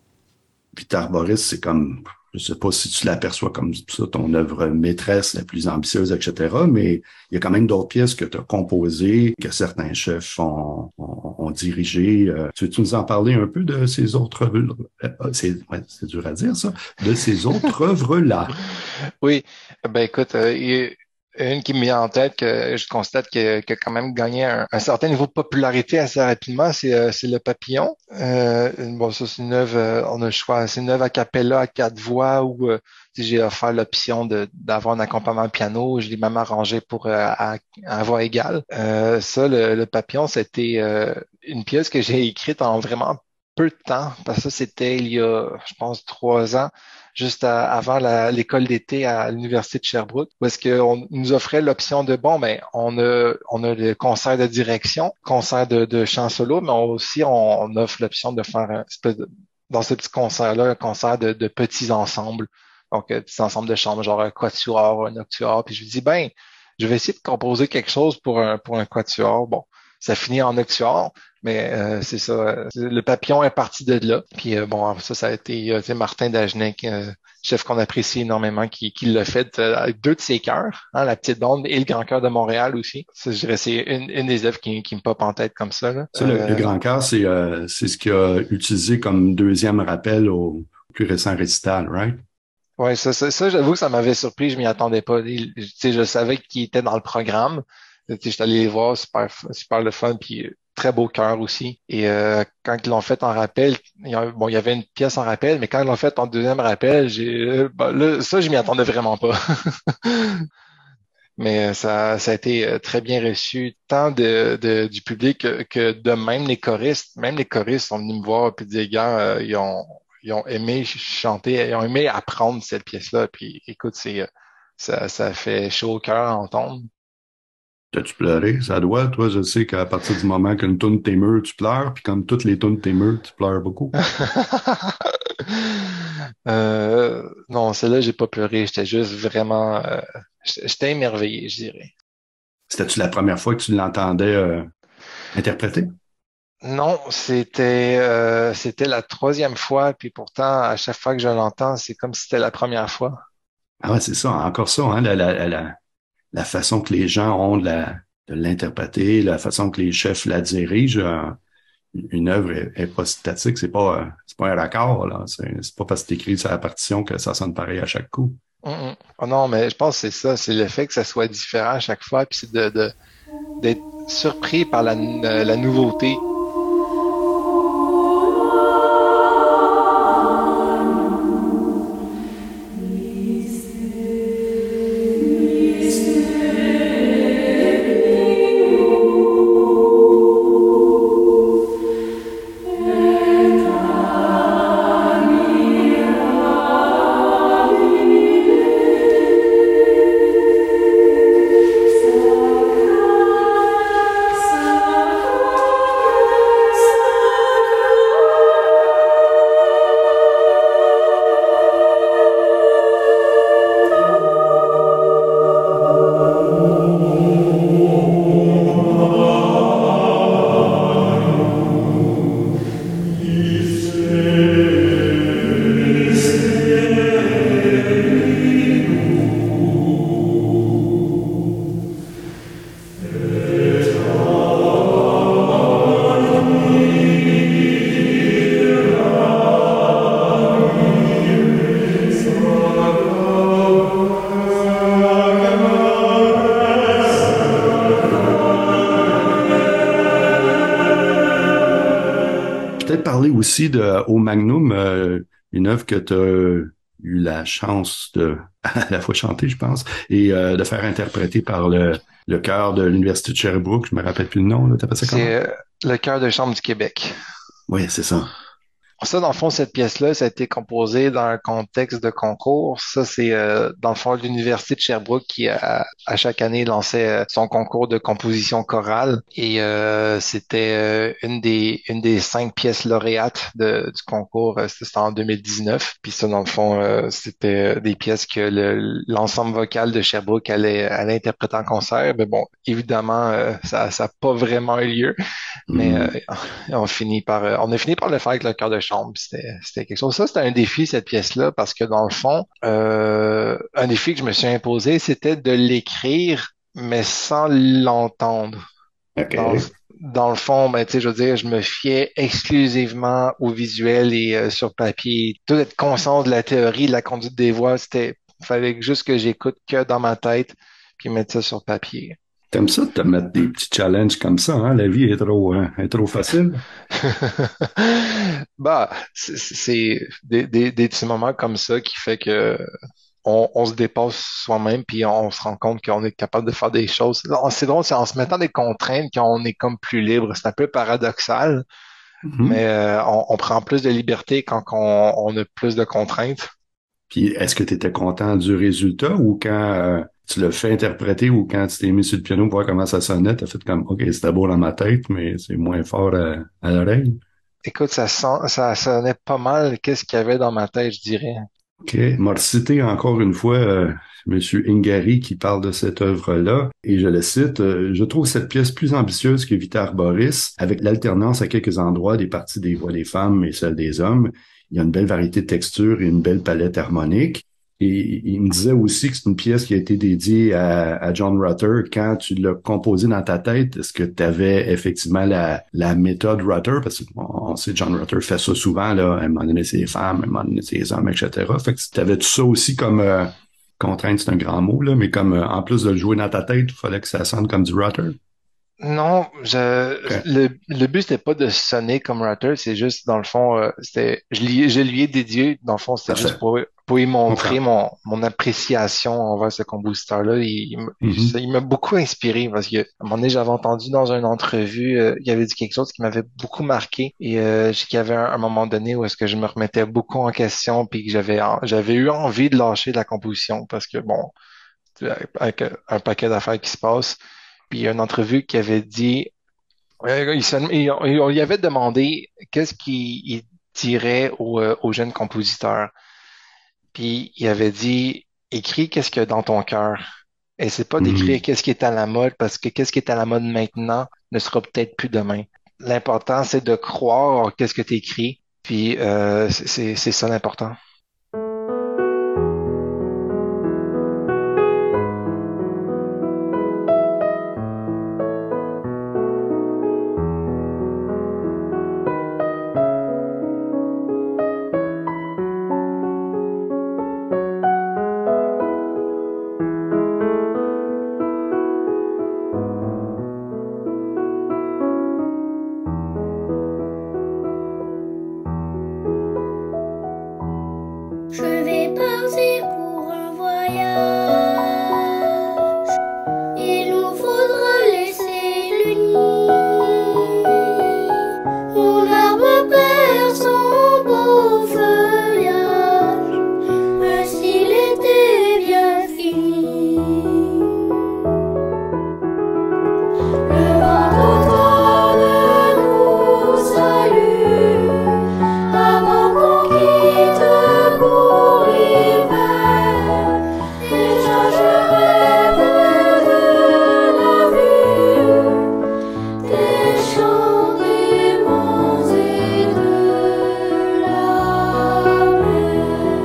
Vitar Boris, c'est comme, je sais pas si tu l'aperçois comme ça, ton œuvre maîtresse la plus ambitieuse, et cetera, mais il y a quand même d'autres pièces que tu as composées, que certains chefs ont, ont, ont dirigées. Euh, tu veux-tu nous en parler un peu de ces autres œuvres? Euh, c'est, ouais, c'est dur à dire, ça. De ces autres œuvres-là. Oui, ben écoute, euh, il y a une qui me vient en tête que je constate que- qui a quand même gagné un, un certain niveau de popularité assez rapidement, c'est euh, c'est Le Papillon. Euh, bon, ça c'est une œuvre, euh, on a le choix, c'est une œuvre a cappella à quatre voix où euh, tu sais, j'ai offert l'option de d'avoir un accompagnement piano. Je l'ai même arrangé pour euh, à, à voix égale. Euh, ça, le, Le Papillon, c'était euh, une pièce que j'ai écrite en vraiment peu de temps, parce que ça, c'était il y a, je pense, trois ans juste à- avant la- l'école d'été à l'université de Sherbrooke, où est-ce qu'on nous offrait l'option de, bon, ben, on a, on a le concert de direction, concert de, de chant solo, mais on- aussi, on, on offre l'option de faire un espèce de- dans ce petit concert-là, un concert de, de petits ensembles. Donc, euh, petits ensembles de chambres, genre un quatuor, un octuor. Puis je lui dis, ben, je vais essayer de composer quelque chose pour un, pour un quatuor. Bon, ça finit en octuor, mais euh, c'est ça. euh, Le papillon est parti de là. Puis euh, bon, ça, ça a été euh, c'est Martin Dagenet, euh, chef qu'on apprécie énormément, qui, qui l'a fait euh, avec deux de ses chœurs, hein, La Petite Bande et Le Grand Chœur de Montréal aussi. Ça, je dirais, c'est une, une des œuvres qui, qui me pop en tête comme ça, là. Ça, le, le Euh, grand chœur, c'est euh, c'est ce qu'il a utilisé comme deuxième rappel au plus récent récital, right? ouais, ça, ça, ça, j'avoue que ça m'avait surpris, je m'y attendais pas. Il- tu sais, je savais qu'il était dans le programme. Tu sais, j'étais allé les voir, super, super le fun, puis euh, très beau cœur aussi. Et euh, quand ils l'ont fait en rappel, il y a- bon, il y avait une pièce en rappel, mais quand ils l'ont fait en deuxième rappel, j'ai, euh, ben, là, ça, je m'y attendais vraiment pas. Mais euh, ça, ça a été euh, très bien reçu, tant de, de- du public que, que de même les choristes. Même les choristes sont venus me voir et dire, gars, euh, ils ont, ils ont aimé ch- chanter, ils ont aimé apprendre cette pièce-là. Puis écoute, c'est, euh, ça, ça fait chaud au cœur à entendre. T'as-tu pleuré? Ça doit, toi, je sais qu'à partir du moment qu'une toune t'émeut, tu pleures, puis comme toutes les tounes t'émeuent, tu pleures beaucoup. Euh, non, celle-là, j'ai pas pleuré. J'étais juste vraiment, euh, j'étais j'étais émerveillé, je dirais. C'était-tu la première fois que tu l'entendais euh, interpréter? Non, c'était euh, c'était la troisième fois, puis pourtant, à chaque fois que je l'entends, c'est comme si c'était la première fois. Ah ouais, c'est ça, encore ça, hein, la, la, la, la façon que les gens ont de la, de l'interpréter, la façon que les chefs la dirigent. euh, une œuvre est, est pas statique, c'est pas, euh, c'est pas un raccord, là. C'est, c'est pas parce que c'est écrit sur la partition que ça sonne pareil à chaque coup. Hum, hum. Oh non, mais je pense que c'est ça, c'est le fait que ça soit différent à chaque fois, puis c'est de, de- d'être surpris par la, la nouveauté. Peut-être parler aussi de Au Magnum, euh, une œuvre que tu as eu la chance de à la fois chanter, je pense, et euh, de faire interpréter par le, le chœur de l'Université de Sherbrooke. Je me rappelle plus le nom, là. T'appelles ça comment? C'est euh, le chœur de chambre du Québec. Oui, c'est ça. Ça, dans le fond, cette pièce-là, ça a été composé dans un contexte de concours. Ça, c'est euh, dans le fond l'Université de Sherbrooke qui, à, à chaque année, lançait euh, son concours de composition chorale. Et euh, c'était euh, une des une des cinq pièces lauréates de- du concours. Euh, C'était en deux mille dix-neuf. Puis ça, dans le fond, euh, c'était des pièces que le- l'ensemble vocal de Sherbrooke allait, allait interpréter en concert. Mais bon, évidemment, euh, ça ça n'a pas vraiment eu lieu. Mais euh, Hmm. on finit par, euh, on a fini par le faire avec le chœur de chambre. C'était, c'était quelque chose. Ça, c'était un défi, cette pièce-là, parce que dans le fond, euh, un défi que je me suis imposé, c'était de l'écrire, mais sans l'entendre. Dans, OK. dans le fond, ben, tu sais, je veux dire, je me fiais exclusivement au visuel et euh, sur papier. Tout être conscient de la théorie, de la conduite des voix, c'était, fallait juste que j'écoute que dans ma tête, puis mettre ça sur papier. T'aimes ça de te mettre des petits challenges comme ça, hein? La vie est trop, hein, est trop facile. Bah, c'est c'est des, des, des petits moments comme ça qui fait que on, on se dépasse soi-même puis on se rend compte qu'on est capable de faire des choses. Non, c'est drôle, c'est en se mettant des contraintes qu'on est comme plus libre. C'est un peu paradoxal, mais Mhm. euh, on, on prend plus de liberté quand on, on a plus de contraintes. Puis est-ce que tu étais content du résultat ou quand euh, tu l'as fait interpréter ou quand tu t'es mis sur le piano pour voir comment ça sonnait, t'as fait comme OK, c'était beau dans ma tête, mais c'est moins fort à, à l'oreille. Écoute, ça sent, ça sonnait pas mal. Qu'est-ce qu'il y avait dans ma tête, je dirais. OK. M'a cité encore une fois euh, Monsieur Ingari qui parle de cette œuvre-là, et je le cite, euh, je trouve cette pièce plus ambitieuse que Vita Arboris, avec l'alternance à quelques endroits des parties des voix des femmes et celles des hommes. Il y a une belle variété de textures et une belle palette harmonique. Et il me disait aussi que c'est une pièce qui a été dédiée à, à John Rutter. Quand tu l'as composée dans ta tête, est-ce que tu avais effectivement la, la méthode Rutter? Parce qu'on on sait que John Rutter fait ça souvent, là. À un moment donné, c'est les femmes, à un moment donné, c'est les hommes, et cetera. Fait que tu avais tout ça aussi comme euh, contrainte, c'est un grand mot, là, mais comme euh, en plus de le jouer dans ta tête, il fallait que ça sonne comme du Rutter. Non, je, OK. le, le but, c'était pas de sonner comme Rutter, c'est juste, dans le fond, euh, c'était, je, lui- je lui ai dédié, dans le fond, c'était juste Parfait. pour, pour lui Je montrer comprends. mon, mon appréciation envers ce compositeur-là. Il, il m- ça- Mhm. il m'a beaucoup inspiré parce que, à un moment donné, j'avais entendu dans une entrevue, euh, il avait dit quelque chose qui m'avait beaucoup marqué et euh, je sais qu'il y avait un, un moment donné où est-ce que je me remettais beaucoup en question puis que j'avais, en- j'avais eu envie de lâcher la composition parce que, bon, avec un paquet d'affaires qui se passent. Puis il y a une entrevue qui avait dit euh, il se- il- on lui avait demandé qu'est-ce qu'il il dirait aux, euh, aux jeunes compositeurs. Puis il avait dit, écris qu'est-ce qu'il y a dans ton cœur. Et c'est pas d'écrire Mhm. qu'est-ce qui est à la mode, parce que qu'est-ce qui est à la mode maintenant ne sera peut-être plus demain. L'important, c'est de croire qu'est-ce que tu écris. Puis euh, c'est c'est ça l'important. Je vais partir pour un voyage. Il nous faudra laisser le nid. Mon arbre perd son beau feuillage. Ainsi l'été est bien fini. Le vent d'automne nous salue avant qu'on quitte pour l'hiver. Déjà je rêve de la vue des champs, des monts et de la mer.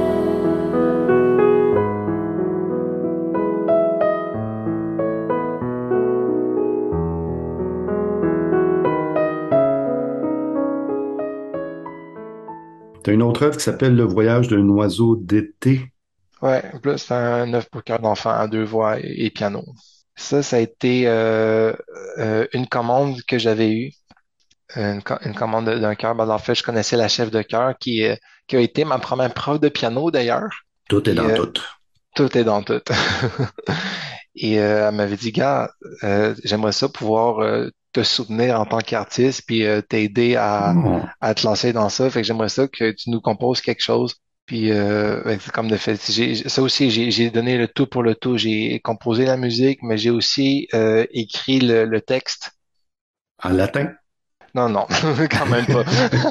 Tu as une autre œuvre qui s'appelle Le voyage d'un oiseau d'été. Ouais, plus c'est un œuvre pour cœur d'enfant à deux voix et, et piano. Ça, ça a été euh, euh, une commande que j'avais eue, une, co- une commande d'un chœur. Ben, en fait, je connaissais la chef de chœur qui, euh, qui a été ma première prof de piano d'ailleurs. Tout est Puis dans euh, tout. tout est dans tout. Et euh, elle m'avait dit, gars, euh, j'aimerais ça pouvoir euh, te soutenir en tant qu'artiste, puis euh, t'aider à, Oh. à te lancer dans ça. Fait que j'aimerais ça que tu nous composes quelque chose. Puis euh, ben, c'est comme de fait, j'ai, ça aussi, j'ai, j'ai donné le tout pour le tout. J'ai composé la musique, mais j'ai aussi euh, écrit le, le texte. En latin? Non, non, quand même pas.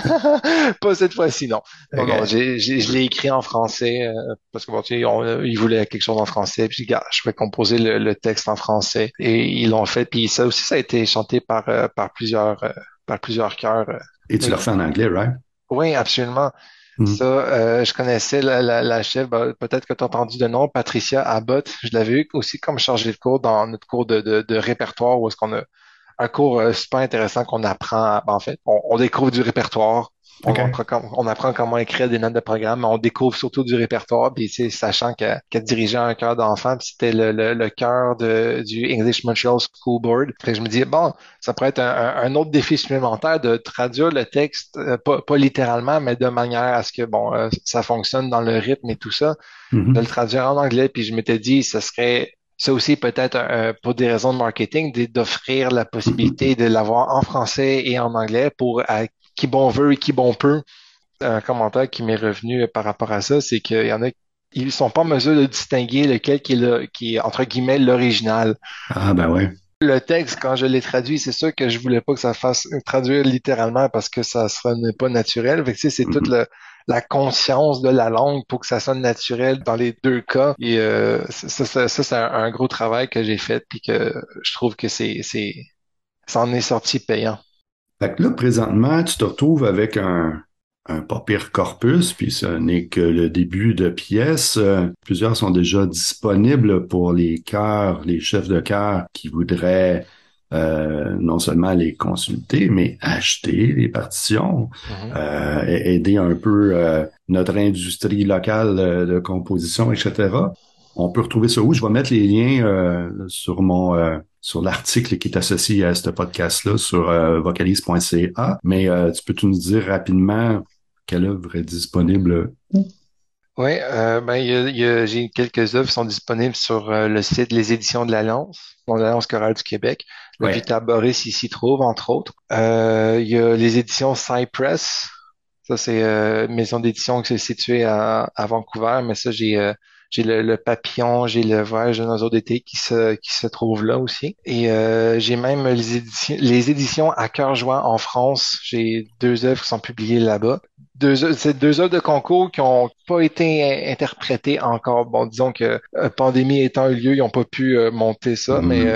Pas cette fois-ci, non. Non, non, Ok. j'ai, j'ai, je l'ai écrit en français euh, parce que bon, tu sais, on- euh, ils voulaient quelque chose en français. Puis, gars, je vais composer le, le texte en français et ils l'ont fait. Puis ça aussi, ça a été chanté par euh, par plusieurs euh, par plusieurs chœurs. euh. Et tu le Oui, refais en anglais, right? oui, absolument. Hmm. Ça, euh, je connaissais la, la, la chef. Ben, peut-être que tu as entendu de nom, Patricia Abbott. Je l'avais eu aussi comme chargée de cours dans notre cours de, de, de répertoire où est-ce qu'on a un cours euh, super intéressant qu'on apprend. à- ben, en fait, on, on découvre du répertoire. On OK. apprend, com- on apprend comment écrire des notes de programme, mais on découvre surtout du répertoire. Puis, tu sais, sachant que- qu'elle dirigeait un chœur d'enfants, puis c'était le, le, le chœur de, du English Montreal School Board. Fait que je me dis, bon, ça pourrait être un, un- un autre défi supplémentaire de traduire le texte, euh, pas, pas littéralement, mais de manière à ce que, bon, euh, ça fonctionne dans le rythme et tout ça, de le Mhm. traduire en anglais. Puis je m'étais dit, ce serait ça aussi peut-être euh, pour des raisons de marketing, d- d'offrir la possibilité de l'avoir en français et en anglais pour à qui bon veut et qui bon peut. Un commentaire qui m'est revenu par rapport à ça, c'est qu'il y en a, ils sont pas en mesure de distinguer lequel qui est, le, qui est entre guillemets l'original. Ah, ben ouais. Le texte, quand je l'ai traduit, c'est sûr que je voulais pas que ça fasse traduire littéralement parce que ça sonne pas naturel. Fait que, tu sais, c'est toute Mhm. le- la conscience de la langue pour que ça sonne naturel dans les deux cas. Et euh, ça, ça, ça, c'est un, un gros travail que j'ai fait puis que je trouve que c'est, c'est, ça en est sorti payant. Fait que là, présentement, tu te retrouves avec un, un pas pire corpus, puis ce n'est que le début de pièces. Euh, plusieurs sont déjà disponibles pour les chœurs, les chefs de chœur qui voudraient euh, non seulement les consulter, mais acheter les partitions, Mhm. euh, a- aider un peu euh, notre industrie locale euh, de composition, et cetera. On peut retrouver ça où? Je vais mettre les liens euh, sur mon euh, sur l'article qui est associé à ce podcast-là sur euh, vocalise point c a. Mais euh, tu peux tout nous dire rapidement quelle œuvre est disponible? Oui, euh, ben, il y a, il y a- j'ai quelques œuvres qui sont disponibles sur euh, le site Les Éditions de l'Alliance, bon, l'Alliance chorale du Québec. Le Ouais. Vita Boris ici trouve, entre autres. Euh, il y a les éditions Cypress. Ça, c'est euh, une maison d'édition qui est située à, à Vancouver, mais ça, j'ai euh, j'ai le, le Papillon, j'ai le Voyage d'un oiseau d'été qui se, qui se trouve là aussi. Et euh, j'ai même les éditions, les éditions à cœur joie en France. J'ai deux œuvres qui sont publiées là-bas. Deux, œuvres- c'est deux œuvres de concours qui ont pas été in- interprétées encore. Bon, disons que euh, pandémie étant eu lieu, ils n'ont pas pu euh, monter ça, mais Mhm. euh,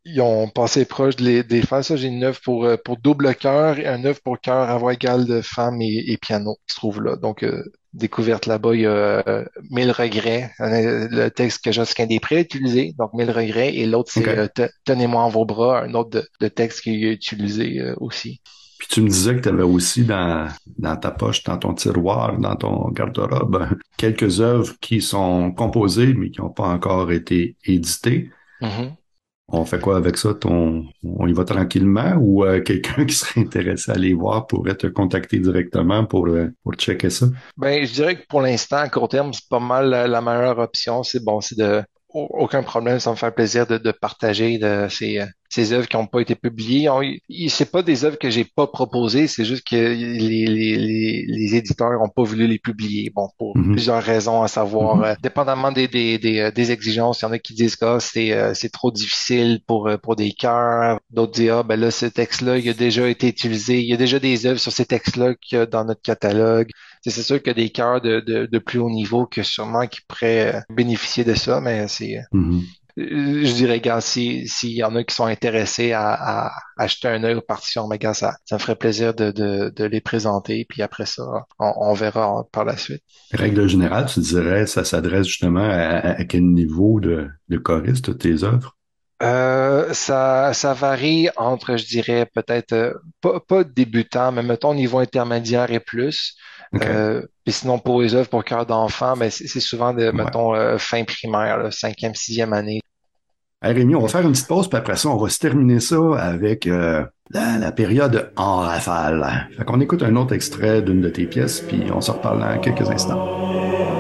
ils ont passé proche de les, de les faire. Ça, j'ai une œuvre pour, euh, pour double chœur et une œuvre pour chœur à voix égale de femmes et, et piano qui se trouve là. Donc, euh, découverte là-bas, il y a euh, Mille regrets, un- le texte que Josquin Després a utilisé, donc Mille regrets, et l'autre, c'est OK. euh, Te- Tenez-moi en vos bras, un autre de, de texte qu'il a utilisé euh, aussi. Puis tu me disais que tu avais aussi dans, dans ta poche, dans ton tiroir, dans ton garde-robe, quelques œuvres qui sont composées, mais qui n'ont pas encore été éditées. Mhm. On fait quoi avec ça? Ton, on y va tranquillement ou euh, quelqu'un qui serait intéressé à les voir pourrait te contacter directement pour, euh, pour checker ça? Ben, je dirais que pour l'instant, à court terme, c'est pas mal la, la meilleure option. C'est bon, c'est de au- aucun problème, ça me fait plaisir de, de partager de ces, euh, ces œuvres qui n'ont pas été publiées. On- y- C'est pas des œuvres que j'ai pas proposées, c'est juste que les, les, les, les éditeurs n'ont pas voulu les publier. Bon, pour Mhm. plusieurs raisons, à savoir, Mhm. euh, dépendamment des, des, des, euh, des exigences, il y en a qui disent que ah, c'est euh, c'est trop difficile pour, euh, pour des chœurs. D'autres disent, ah, ben là, ce texte-là, il a déjà été utilisé. Il y a déjà des œuvres sur ces textes-là qu'il y a dans notre catalogue. C'est c'est sûr qu'il y a des chœurs de, de, de plus haut niveau que sûrement qui pourraient euh, bénéficier de ça, mais c'est, Mhm. euh, je dirais, gars, si, s'il y en a qui sont intéressés à, à acheter un œil aux partitions, mais gars, ça, ça me ferait plaisir de, de, de les présenter, puis après ça, on, on verra par la suite. Règle générale, tu dirais, ça s'adresse justement à, à quel niveau de, de choriste, tes œuvres? Euh, ça, ça varie entre, je dirais, peut-être euh, pas, pas débutant, mais mettons niveau intermédiaire et plus. OK. Euh, puis sinon, pour les œuvres pour cœur d'enfant, ben, c'est c'est souvent de, Ouais. mettons, euh, fin primaire, là, cinquième, sixième année. Hey Rémi, on va faire une petite pause, puis après ça, on va se terminer ça avec euh, la, la période en rafale. Fait qu'on écoute un autre extrait d'une de tes pièces, puis on se reparle dans quelques instants.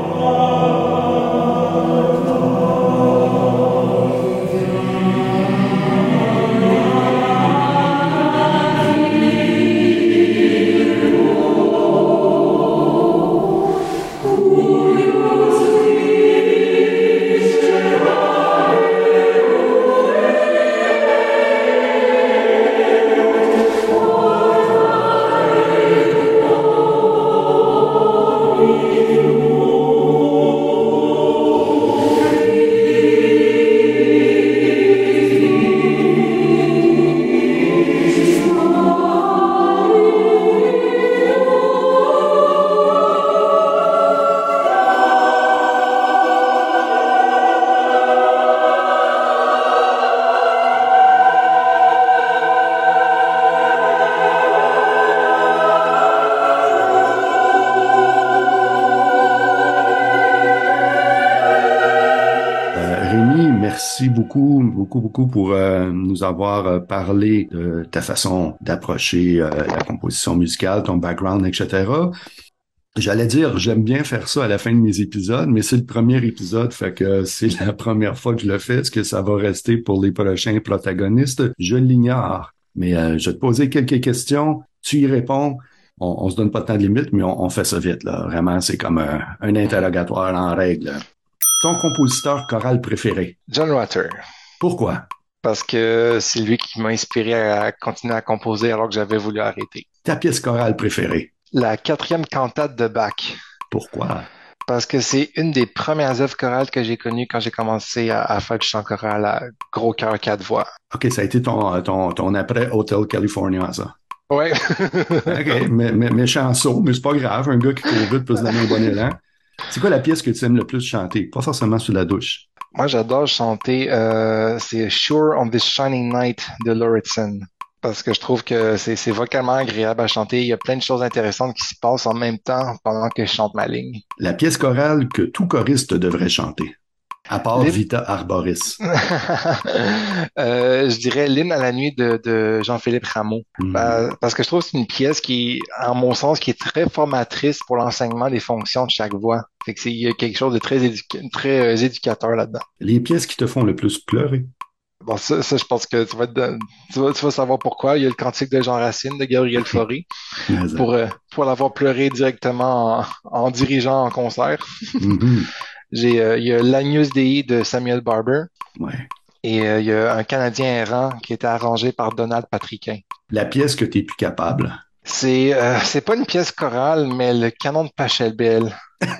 Euh, Rémi, merci beaucoup, beaucoup, beaucoup pour euh, nous avoir euh, parlé de ta façon d'approcher euh, la composition musicale, ton background, et cetera. J'allais dire, j'aime bien faire ça à la fin de mes épisodes, mais c'est le premier épisode, fait que c'est la première fois que je le fais. Est-ce que ça va rester pour les prochains protagonistes? Je l'ignore. Mais euh, je vais te poser quelques questions, tu y réponds. On, on se donne pas de temps de limite, mais on, on fait ça vite, là. Vraiment, c'est comme un, un Mhm. interrogatoire en règle. Ton compositeur choral préféré? John Rutter, Pourquoi? parce que c'est lui qui m'a inspiré à continuer à composer alors que j'avais voulu arrêter. Ta pièce chorale préférée? La quatrième cantate de Bach, Pourquoi? parce que c'est une des premières œuvres chorales que j'ai connues quand j'ai commencé à, à faire du chant choral à gros chœur quatre voix. OK, ça a été ton, ton, ton après Hotel California, ça. Ouais. OK, mais, mais, méchant saut, mais c'est pas grave. Un gars qui court vite peut se donner un bon élan. C'est quoi la pièce que tu aimes le plus chanter? Pas forcément sous la douche. Moi, j'adore chanter, euh, c'est Sure on this Shining Night de Lauritsen. Parce que je trouve que c'est c'est vocalement agréable à chanter. Il y a plein de choses intéressantes qui se passent en même temps pendant que je chante ma ligne. La pièce chorale que tout choriste devrait chanter, à part Les Vita Arboris. Euh, je dirais l'hymne à la nuit de, de Jean-Philippe Rameau. Hmm. Pa- Parce que je trouve que c'est une pièce qui, en mon sens, qui est très formatrice pour l'enseignement des fonctions de chaque voix. Fait que c'est, il y a quelque chose de très, éduca- très euh, éducateur là-dedans. Les pièces qui te font le plus pleurer. Bon, ça, ça, je pense que tu vas, te don- tu vas, tu vas savoir pourquoi. Il y a le cantique de Jean Racine, de Gabriel Fauré, Mais, euh, pour, euh, pour l'avoir pleuré directement en, en dirigeant en concert. mhm. J'ai, euh, il y a l'Agnus Dei de Samuel Barber. Ouais. Et euh, il y a un Canadien errant qui était arrangé par Donald Patriquin. La pièce que tu es plus capable. C'est euh, c'est pas une pièce chorale, mais le canon de Pachelbel.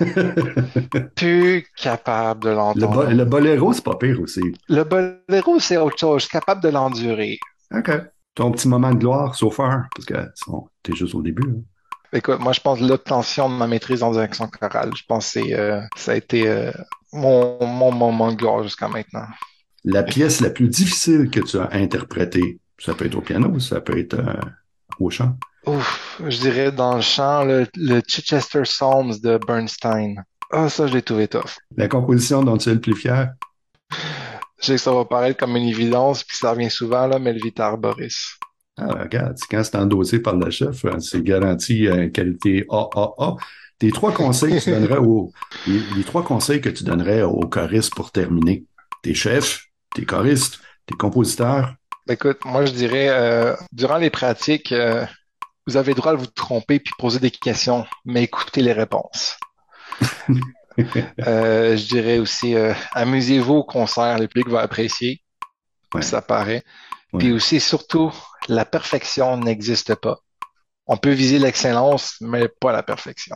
Plus capable de Le, l'entendre. bo- le boléro, c'est pas pire aussi. Le boléro, c'est autre chose. Je suis capable de l'endurer. OK. Ton petit moment de gloire, so far, parce que sinon, t'es juste au début. Hein. Écoute, moi, je pense l'obtention de ma maîtrise en direction chorale. Je pense que c'est, euh, ça a été euh, mon, mon moment de gloire jusqu'à maintenant. La pièce la plus difficile que tu as interprétée, ça peut être au piano, ça peut être euh, au chant. Ouf, je dirais dans le chant, le, le Chichester Psalms de Bernstein. Ah, ça, je l'ai trouvé tough. La composition dont tu es le plus fier. Je sais que ça va paraître comme une évidence, puis ça revient souvent, là, mais le Vitar Boris. Ah, regarde, quand c'est endossé par le chef, euh, c'est garanti euh, qualité A A A. Tes trois conseils que tu donnerais aux, les, les trois conseils que tu donnerais aux choristes pour terminer. Tes chefs, tes choristes, tes compositeurs. Écoute, moi, je dirais, euh, durant les pratiques, euh, vous avez le droit de vous tromper puis poser des questions, mais écoutez les réponses. Euh, je dirais aussi, euh, amusez-vous au concert, le public va apprécier, Ouais, ça paraît. ouais. Puis aussi, surtout, la perfection n'existe pas. On peut viser l'excellence, mais pas la perfection.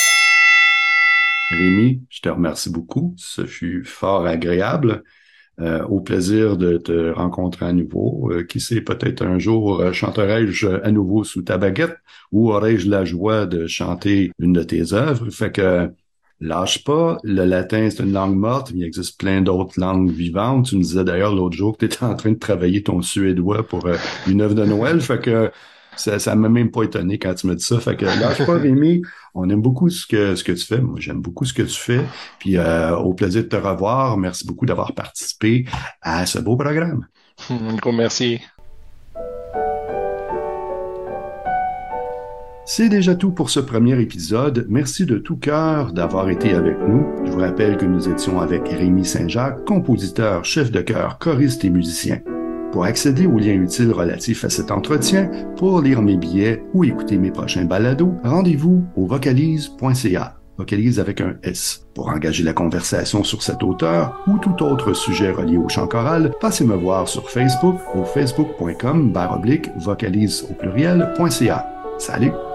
Rémi, je te remercie beaucoup. Ce fut fort agréable. Euh, au plaisir de te rencontrer à nouveau. Euh, qui sait, peut-être un jour euh, chanterai-je à nouveau sous ta baguette ou aurai-je la joie de chanter une de tes œuvres. Fait que lâche pas. Le latin, c'est une langue morte. Il existe plein d'autres langues vivantes. Tu me disais d'ailleurs l'autre jour que tu étais en train de travailler ton suédois pour euh, une œuvre de Noël. Fait que ça, ça m'a même pas étonné quand tu me dis ça. Fait que lâche pas, Rémi. On aime beaucoup ce que ce que tu fais. Moi, j'aime beaucoup ce que tu fais. Puis euh, au plaisir de te revoir. Merci beaucoup d'avoir participé à ce beau programme. Un gros merci. C'est déjà tout pour ce premier épisode. Merci de tout cœur d'avoir été avec nous. Je vous rappelle que nous étions avec Rémi Saint-Jacques, compositeur, chef de chœur, choriste et musicien. Pour accéder aux liens utiles relatifs à cet entretien, pour lire mes billets ou écouter mes prochains balados, rendez-vous au vocalise point c a. Vocalise avec un S. Pour engager la conversation sur cet auteur ou tout autre sujet relié au chant choral, passez me voir sur Facebook au facebook point com barre oblique vocalise au pluriel point c a. Salut!